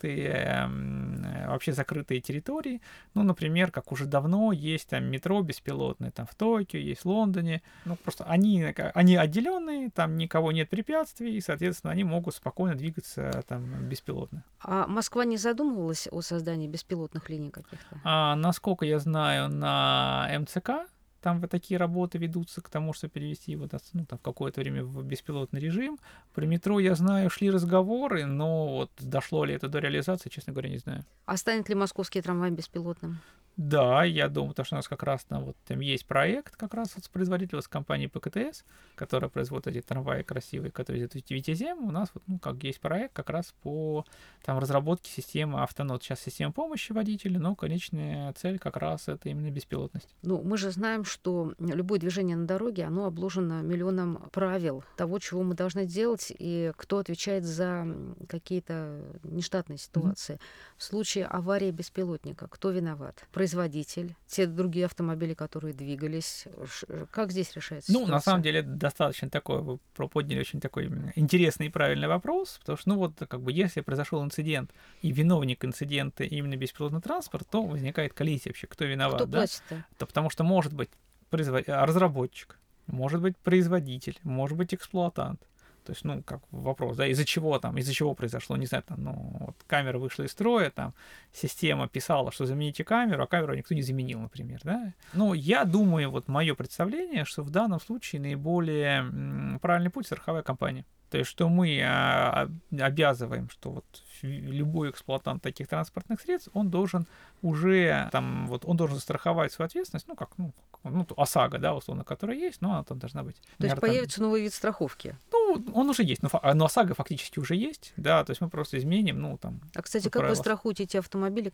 вообще закрытые территории. Ну, например, как уже давно есть там метро беспилотное, там в Токио, есть в Лондоне. Ну, просто они отделенные, там никого нет препятствий, и, соответственно, они могут спокойно двигаться там беспилотно. А Москва не задумывалась о создании беспилотных линий каких-то? Насколько я знаю, на МЦК там вот такие работы ведутся к тому, чтобы перевести его, ну, там, в какое-то время в беспилотный режим. Про метро, я знаю, шли разговоры, но вот дошло ли это до реализации, честно говоря, не знаю. А станет ли московский трамвай беспилотным? Да, я думаю, потому что у нас как раз там есть проект как раз вот с производителем, с компанией ПКТС, которая производит эти трамваи красивые, которые едут в Витязем. У нас как есть проект как раз по там разработке системы автонод. Сейчас система помощи водителю, но конечная цель как раз это именно беспилотность. Ну, мы же знаем, что любое движение на дороге, оно обложено миллионом правил того, чего мы должны делать, и кто отвечает за какие-то нештатные ситуации. В случае аварии беспилотника, кто виноват? Производитель, те другие автомобили, которые двигались. Как здесь решается ситуация? На самом деле, это достаточно такой, вы подняли очень такой интересный и правильный вопрос, потому что, если произошел инцидент, и виновник инцидента именно беспилотный транспорт, то возникает коллизия вообще, кто виноват, кто да? платит-то? Потому что может быть разработчик, может быть производитель, может быть эксплуатант. То есть, вопрос, да, из-за чего произошло, не знаю, камера вышла из строя, система писала, что замените камеру, а камеру никто не заменил, например, да. Я думаю, мое представление, что в данном случае наиболее правильный путь — страховая компания. То есть, что мы обязываем, что любой эксплуатант таких транспортных средств, он должен уже он должен застраховать свою ответственность, ОСАГО, да, условно, которая есть, но она там должна быть. То есть появится новый вид страховки? Он уже есть, но ОСАГО фактически уже есть, да, то есть мы просто изменим, А, кстати, как вы страхуете те автомобили,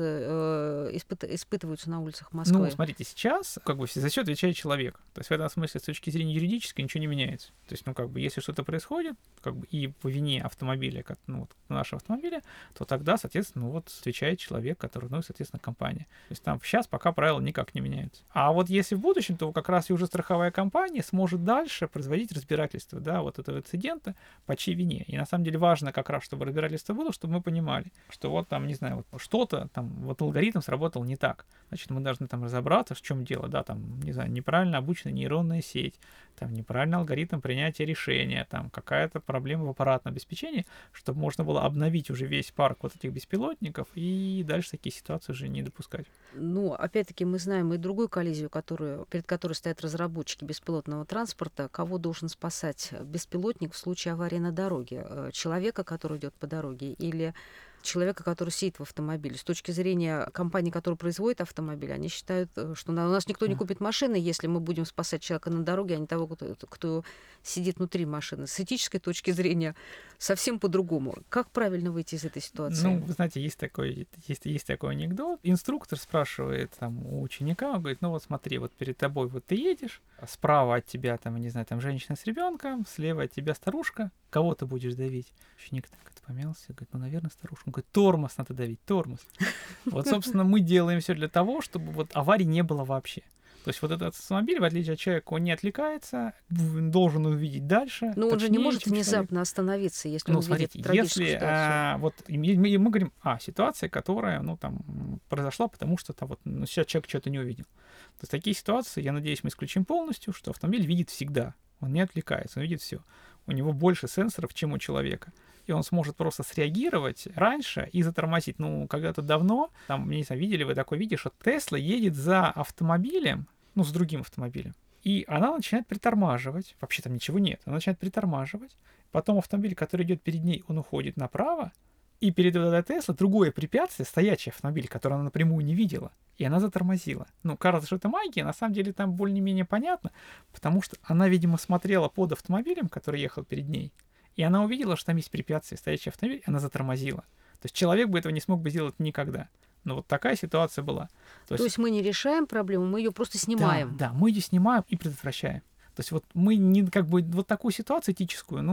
которые испытываются на улицах Москвы? Смотрите, сейчас за счет отвечает человек. То есть в этом смысле с точки зрения юридической ничего не меняется. То есть, если что-то происходит, и по вине автомобиля, нашего автомобиля, то тогда, соответственно, отвечает человек, который, соответственно, компания. То есть там сейчас пока правила никак не меняются. А если в будущем, то как раз и уже страховая компания сможет дальше производить разбирательство, да, этого инцидента, по чьей вине. И на самом деле важно как раз, чтобы разбирательство было, чтобы мы понимали, что что-то алгоритм сработал не так. Значит, мы должны разобраться, в чем дело, да, неправильно обученная нейронная сеть, неправильный алгоритм принятия решения, какая-то проблема в аппаратном обеспечении, чтобы можно было обновить уже весь парк этих беспилотников и дальше такие ситуации уже не допускать. Опять-таки мы знаем и другую коллизию, перед которой стоят разработчики беспилотного транспорта. Кого должен спасать беспилотник в случае аварии на дороге? Человека, который идет по дороге, или человека, который сидит в автомобиле? С точки зрения компании, которая производит автомобиль, они считают, что у нас никто не купит машины, если мы будем спасать человека на дороге, а не того, кто сидит внутри машины. С этической точки зрения совсем по-другому. Как правильно выйти из этой ситуации? Вы знаете, есть такой анекдот. Инструктор спрашивает у ученика, он говорит, смотри, перед тобой ты едешь, справа от тебя, женщина с ребенком, слева от тебя старушка, кого ты будешь давить? Ученик так помялся, говорит, наверное, старушку. Он говорит, тормоз надо давить, тормоз. Собственно, мы делаем все для того, чтобы аварий не было вообще. То есть этот автомобиль, в отличие от человека, он не отвлекается, должен увидеть дальше. Но он же не может внезапно остановиться, если он видит трагическую ситуацию. Мы говорим, ситуация, которая, произошла, потому что сейчас человек что-то не увидел. То есть такие ситуации, я надеюсь, мы исключим полностью, что автомобиль видит всегда. Он не отвлекается, он видит все. У него больше сенсоров, чем у человека. И он сможет просто среагировать раньше и затормозить. Когда-то давно, видели вы такое видео, что Тесла едет за автомобилем, с другим автомобилем, и она начинает притормаживать. Вообще там ничего нет. Она начинает притормаживать. Потом автомобиль, который идет перед ней, он уходит направо, и перед этой Тесла другое препятствие, стоячий автомобиль, который она напрямую не видела, и она затормозила. Кажется, что это магия, на самом деле там более-менее понятно, потому что она, видимо, смотрела под автомобилем, который ехал перед ней, и она увидела, что там есть препятствие, стоящий автомобиль, и она затормозила. То есть человек бы этого не смог бы сделать никогда. Но такая ситуация была. То есть мы не решаем проблему, мы ее просто снимаем. Да, мы ее снимаем и предотвращаем. То есть мы не такую ситуацию этическую,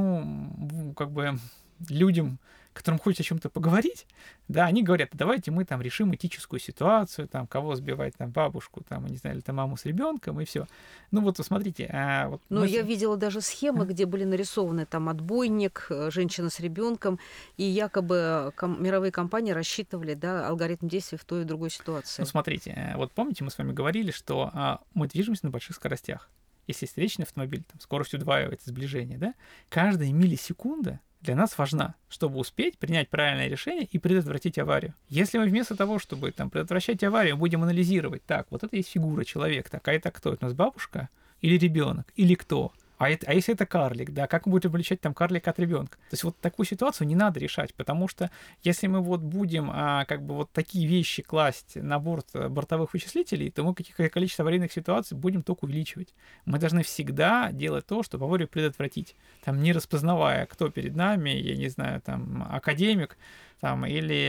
людям, которым хочется о чем-то поговорить, да, они говорят, давайте мы решим этическую ситуацию, кого сбивать, бабушку, не знаю, или маму с ребенком, и все. Смотрите. Я видела даже схемы, где были нарисованы отбойник, женщина с ребенком, и якобы мировые компании рассчитывали, алгоритм действий в той и другой ситуации. Смотрите, помните, мы с вами говорили, что мы движемся на больших скоростях. Если встречный автомобиль, скорость удваивается, сближение, да, каждая миллисекунда для нас важна, чтобы успеть принять правильное решение и предотвратить аварию. Если мы вместо того, чтобы предотвращать аварию, будем анализировать, это есть фигура, человек, это кто? Это у нас бабушка или ребенок, или кто? А если это карлик, да, как мы будем отличать там карлика от ребенка? То есть вот такую ситуацию не надо решать, потому что если мы вот будем как бы вот такие вещи класть на борт бортовых вычислителей, то мы какое количество аварийных ситуаций будем только увеличивать. Мы должны всегда делать то, чтобы аварию предотвратить. Там не распознавая, кто перед нами, я не знаю, там академик, там,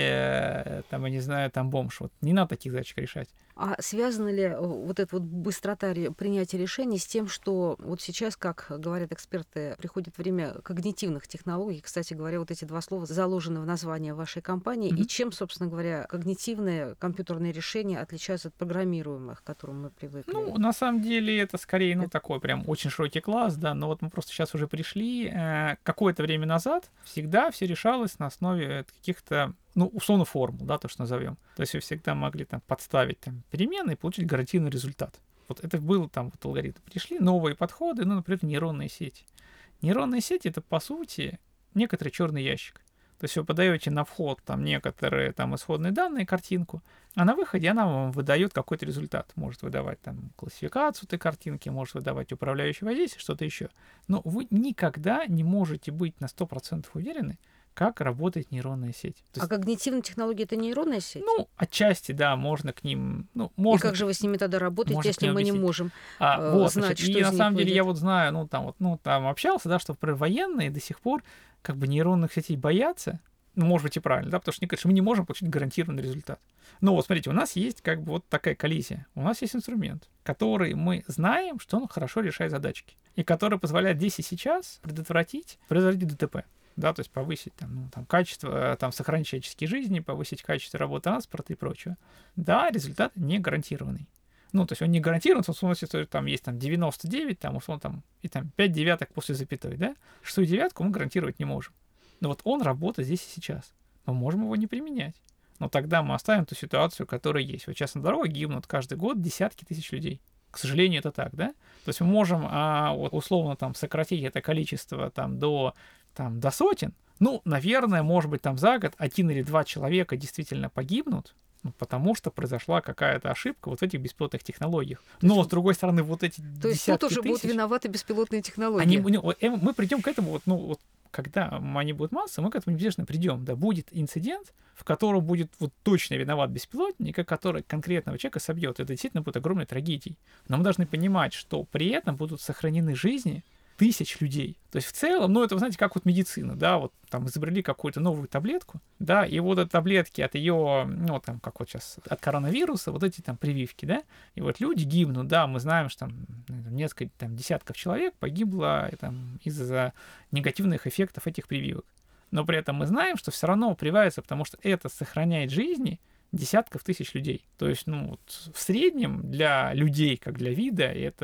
или, там, я не знаю, там бомж. Вот не надо таких задач решать. А связана ли вот эта вот быстрота принятия решений с тем, что вот сейчас, как говорят эксперты, приходит время когнитивных технологий? Кстати говоря, вот эти два слова заложены в названии вашей компании. И чем, собственно говоря, когнитивные компьютерные решения отличаются от программируемых, к которым мы привыкли? Ну, на самом деле, это скорее, ну, такой прям очень широкий класс, да, но вот мы просто сейчас уже пришли. Какое-то время назад всегда все решалось на основе каких-то, ну, условно, формул, да, то, что назовем. То есть вы всегда могли там подставить там переменные и получить гарантийный результат. Вот это был там вот алгоритм. Пришли новые подходы, ну, например, нейронные сети. Нейронные сети — это, по сути, некоторый черный ящик. То есть вы подаете на вход там некоторые там исходные данные, картинку, а на выходе она вам выдает какой-то результат. Может выдавать там классификацию этой картинки, может выдавать управляющее воздействие, что-то еще. Но вы никогда не можете быть на 100% уверены, как работает нейронная сеть. А когнитивные технологии — это нейронная сеть? Ну, отчасти, да, можно к ним... Ну, можно, и как же вы с ними тогда работаете, если мы не можем вот, знать, значит, что и из на них самом деле выйдет? я вот знаю, там общался, да, что, например, военные до сих пор как бы нейронных сетей боятся. Ну, может быть, и правильно, да, потому что они говорят, что мы не можем получить гарантированный результат. Но вот смотрите, у нас есть как бы вот такая коллизия. У нас есть инструмент, который мы знаем, что он хорошо решает задачки, и который позволяет здесь и сейчас предотвратить ДТП. Да, то есть повысить там качество, там, сохранить человеческие жизни, повысить качество работы транспорта и прочего. Да, результат не гарантированный. Ну, то есть он не гарантирован, в смысле, что там есть там 99, там, условно, там, и там 5 девяток после запятой, да? 6 девятку мы гарантировать не можем. Но вот он работает здесь и сейчас. Мы можем его не применять. Но тогда мы оставим ту ситуацию, которая есть. Вот сейчас на дорогах гибнут каждый год десятки тысяч людей. К сожалению, это так, да? То есть мы можем вот, условно там сократить это количество там до сотен. Ну, наверное, может быть, там за год 1 или 2 человека действительно погибнут, потому что произошла какая-то ошибка вот в этих беспилотных технологиях. Но, с другой стороны, вот эти То есть десятки тут уже тысяч, будут виноваты беспилотные технологии. мы придем к этому, вот, когда они будут масса, мы к этому неизбежно придем. Да, будет инцидент, в котором будет вот точно виноват беспилотник, который конкретного человека собьет. Это действительно будет огромной трагедией. Но мы должны понимать, что при этом будут сохранены жизни тысяч людей. То есть в целом, ну это, вы знаете, как вот медицина, да, вот там изобрели какую-то новую таблетку, да, и вот от таблетки, от ее, ну там, как вот сейчас, от коронавируса, вот эти там прививки, да, и вот люди гибнут, да, мы знаем, что там несколько там десятков человек погибло там из-за негативных эффектов этих прививок. Но при этом мы знаем, что все равно прививается, потому что это сохраняет жизни десятков тысяч людей. То есть, ну, вот в среднем для людей, как для вида,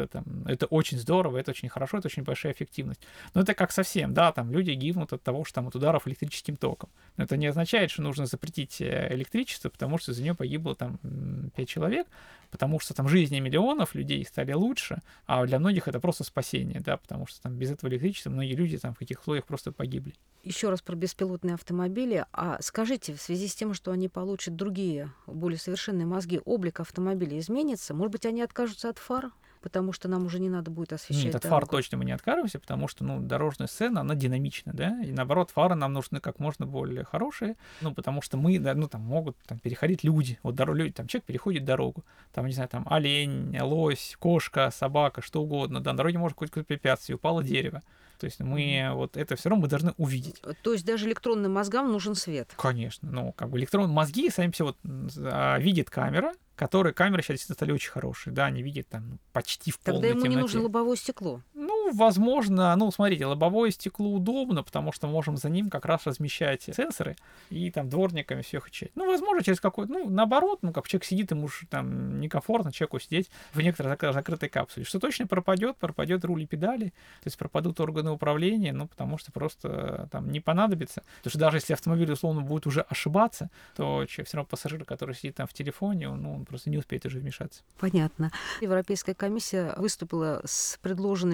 это очень здорово, это очень хорошо, это очень большая эффективность. Но это как совсем, да, там люди гибнут от того, что там от ударов электрическим током. Но это не означает, что нужно запретить электричество, потому что за нее погибло там 5 человек, потому что там жизни миллионов людей стали лучше, а для многих это просто спасение, да, потому что там без этого электричества многие люди там в каких условиях просто погибли. Еще раз про беспилотные автомобили. А скажите, в связи с тем, что они получат другие, более совершенные мозги, облик автомобиля изменится? Может быть, они откажутся от фар? Потому что нам уже не надо будет освещать Нет, от дорогу. фар точно мы не откажемся, потому что, ну, дорожная сцена, она динамична, да, и наоборот, фары нам нужны как можно более хорошие, ну, потому что мы, да, ну, там могут там переходить люди, вот люди, там человек переходит дорогу, там, не знаю, там олень, лось, кошка, собака, что угодно, да, на дороге может какое-то препятствие, упало дерево. То есть мы вот это все равно мы должны увидеть. То есть даже электронным мозгам нужен свет? Конечно. Ну, как бы электронные мозги сами все вот видит камера, камеры сейчас действительно стали очень хорошие, да, они видят там почти в полной темноте. Тогда ему не нужно лобовое стекло? Ну, возможно, ну, смотрите, лобовое стекло удобно, потому что мы можем за ним как раз размещать сенсоры и там дворниками все хотеть. Ну, возможно, через какой-то, ну, наоборот, ну, как человек сидит, ему уж там некомфортно человеку сидеть в некоторой закрытой капсуле. Что точно пропадет руль и педали, то есть пропадут органы управления, ну, потому что просто там не понадобится. Потому что даже если автомобиль, условно, будет уже ошибаться, то все равно пассажир, который сидит там в телефоне, он просто не успеет уже вмешаться. Понятно. Европейская комиссия выступила с предложенными 7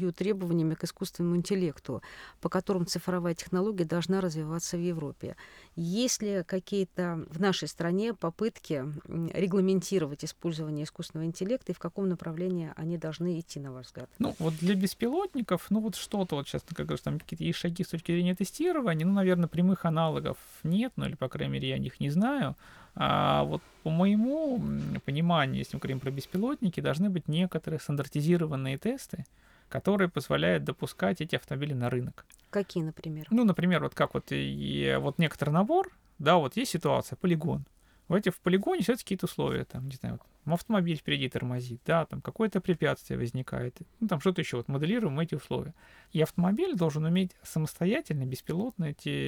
8 требованиями к искусственному интеллекту, по которым цифровая технология должна развиваться в Европе. Есть ли какие-то в нашей стране попытки регламентировать использование искусственного интеллекта и в каком направлении они должны идти, на ваш взгляд? Ну, вот для беспилотников, ну, вот что-то вот сейчас, как говоришь, там какие-то есть шаги с точки зрения тестирования, ну, наверное, прямых аналогов нет, ну, или, по крайней мере, я о них не знаю. А вот по моему пониманию, если мы говорим про беспилотники, должны быть некоторые стандартизированные тесты, которые позволяют допускать эти автомобили на рынок. Какие, например? Ну, например, вот как вот, вот некоторый набор, да, вот есть ситуация, полигон. В полигоне все какие-то условия, там, не знаю, вот, автомобиль впереди тормозит, да, там какое-то препятствие возникает, ну, там что-то еще, вот моделируем эти условия. И автомобиль должен уметь самостоятельно, беспилотно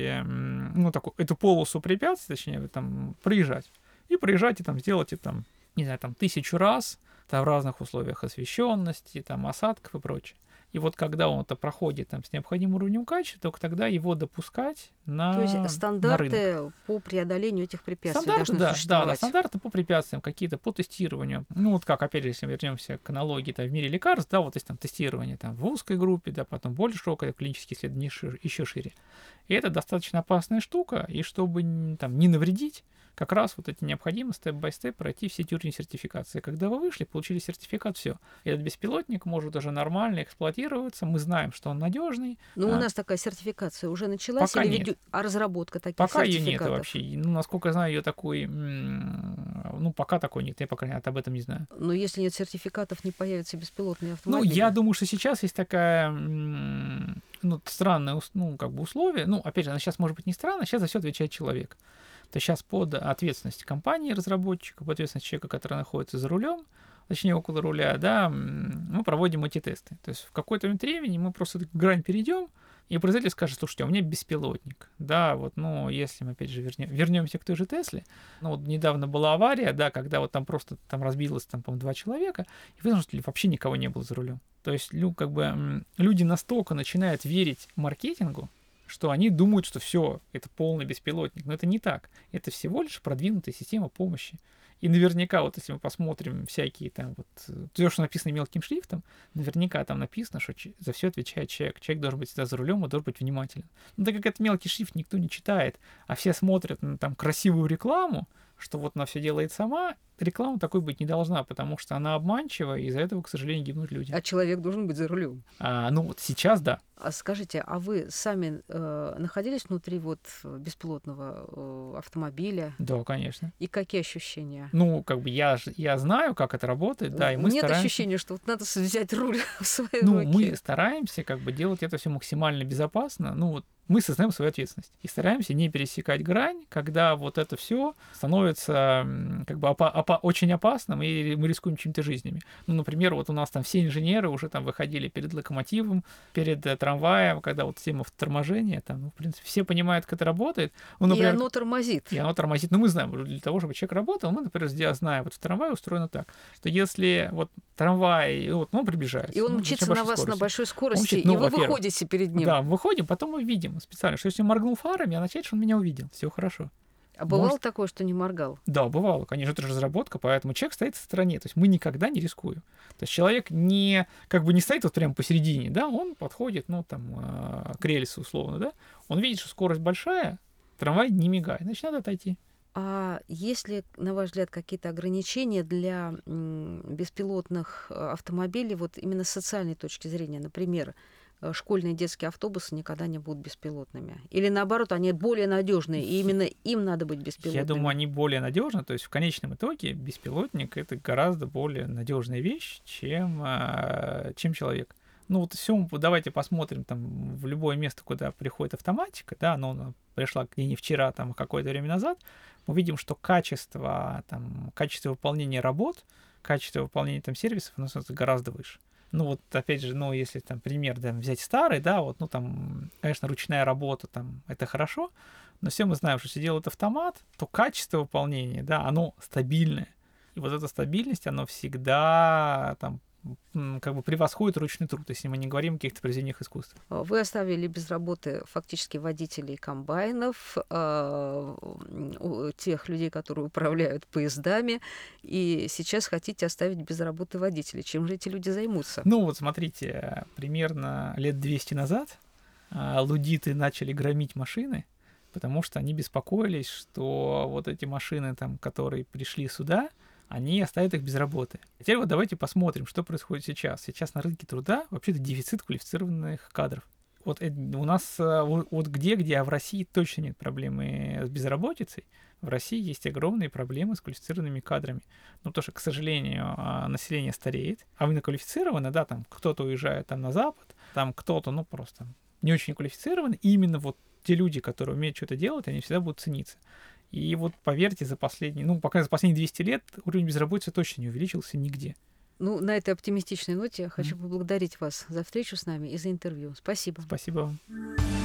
ну, эту полосу препятствий, точнее, там, проезжать. И проезжать, и там сделать это, там, не знаю, там, 1000 раз, там, в разных условиях освещенности, там, осадков и прочее. И вот когда он это проходит там, с необходимым уровнем качества, только тогда его допускать То есть на стандарты рынок. по преодолению этих препятствий Стандарты, должны да, существовать. стандарты по препятствиям, какие-то по тестированию. Ну, вот как, опять же, если вернемся к аналогии там, в мире лекарств, да, вот есть там тестирование там, в узкой группе, да, потом более широкое, клинические исследования еще шире. И это достаточно опасная штука, и чтобы там, не навредить, как раз вот эти необходимо степ-бай-степ пройти все эти уровни сертификации. Когда вы вышли, получили сертификат, все. Этот беспилотник может уже нормально эксплуатироваться, мы знаем, что он надежный. Ну, у нас такая сертификация уже началась, пока или нет. А разработка таких пока сертификатов? Ее нет вообще. Ну, насколько я знаю, ее такой, ну, пока такой нет, я, по крайней мере, об этом не знаю. Но если нет сертификатов, не появятся беспилотные Ну, автомобили. я думаю, что сейчас есть такая, ну, странная, ну, как бы условие. Ну, опять же, она сейчас может быть не странная, сейчас за все отвечает человек. То сейчас под ответственность компании разработчика, под ответственность человека, который находится за рулем, точнее около руля, да, мы проводим эти тесты. То есть в какой-то момент времени мы просто эту грань перейдем, и производитель скажет: слушайте, у меня беспилотник. Да, вот, ну, если мы опять же вернемся к той же Тесле, ну, вот недавно была авария, да, когда вот там просто там разбилось, там, по-моему, 2 человека, и выяснилось, что вообще никого не было за рулем. То есть, как бы люди настолько начинают верить маркетингу, что они думают, что все, это полный беспилотник. Но это не так. Это всего лишь продвинутая система помощи. И наверняка, вот если мы посмотрим всякие там вот, то, что написано мелким шрифтом, наверняка там написано, что за все отвечает человек. Человек должен быть всегда за рулем и должен быть внимателен. Но так как это мелкий шрифт, никто не читает, а все смотрят на там красивую рекламу, что вот она все делает сама, реклама такой быть не должна, потому что она обманчива, и из-за этого, к сожалению, гибнут люди. А человек должен быть за рулем. Ну вот сейчас да. А скажите, а вы сами находились внутри вот беспилотного автомобиля? Да, конечно. И какие ощущения? Ну, как бы я знаю, как это работает, да, и мы Нет стараемся... ощущения, что вот надо взять руль в свои руки? Мы стараемся как бы делать это все максимально безопасно. Ну, вот мы сознаем свою ответственность и стараемся не пересекать грань, когда вот это все становится как бы очень опасным, и мы рискуем чьими-то жизнями. Ну, например, вот у нас там все инженеры уже там выходили перед локомотивом, перед трамваем, когда вот тема торможения, там, ну, в принципе, все понимают, как это работает. Ну, например, и оно тормозит. И оно тормозит. Но мы знаем, для того, чтобы человек работал, мы, например, знаем, вот в трамвае устроено так, что если вот трамвай, вот, он приближается. И он мчится на вас на большой скорости, и вы выходите перед ним. Да, выходим, потом мы видим специально, что если он моргнул фарами, означает, что он меня увидел. Все хорошо. А бывало такое, что не моргал? Да, бывало, конечно, это же разработка, поэтому человек стоит в стороне, то есть мы никогда не рискуем. То есть человек не стоит вот прямо посередине, да, он подходит, ну, там, к рельсу условно, да, он видит, что скорость большая, трамвай не мигает, значит, надо отойти. А есть ли, на ваш взгляд, какие-то ограничения для беспилотных автомобилей вот именно с социальной точки зрения? Например, школьные детские автобусы никогда не будут беспилотными. Или наоборот, они более надежные, и именно им надо быть беспилотными. Я думаю, они более надежны. То есть в конечном итоге беспилотник — это гораздо более надежная вещь, чем человек. Ну вот все, давайте посмотрим там в любое место, куда приходит автоматика, да, она пришла не вчера, там, а какое-то время назад, мы видим, что качество выполнения работ, качество выполнения там сервисов, оно гораздо выше. Ну вот, опять же, ну, если там пример, да, взять старый, да, вот, ну, там, конечно, ручная работа, там, это хорошо, но все мы знаем, что если делает автомат, то качество выполнения, да, оно стабильное. И вот эта стабильность, оно всегда там как бы превосходит ручной труд, если мы не говорим о каких-то произведениях искусства. Вы оставили без работы фактически водителей комбайнов, тех людей, которые управляют поездами, и сейчас хотите оставить без работы водителей. Чем же эти люди займутся? Ну вот смотрите, примерно лет 200 назад лудиты начали громить машины, потому что они беспокоились, что вот эти машины, там, которые пришли сюда, они оставят их без работы. Теперь вот давайте посмотрим, что происходит сейчас. Сейчас на рынке труда вообще-то дефицит квалифицированных кадров. Вот у нас вот где, а в России точно нет проблемы с безработицей. В России есть огромные проблемы с квалифицированными кадрами. Ну, потому что, к сожалению, население стареет, а высококвалифицированно, да, там кто-то уезжает там на Запад, там кто-то, ну, просто не очень квалифицирован. И именно вот те люди, которые умеют что-то делать, они всегда будут цениться. И вот поверьте, за последние 200 лет уровень безработицы точно не увеличился нигде. Ну, на этой оптимистичной ноте я хочу поблагодарить вас за встречу с нами и за интервью. Спасибо. Спасибо вам.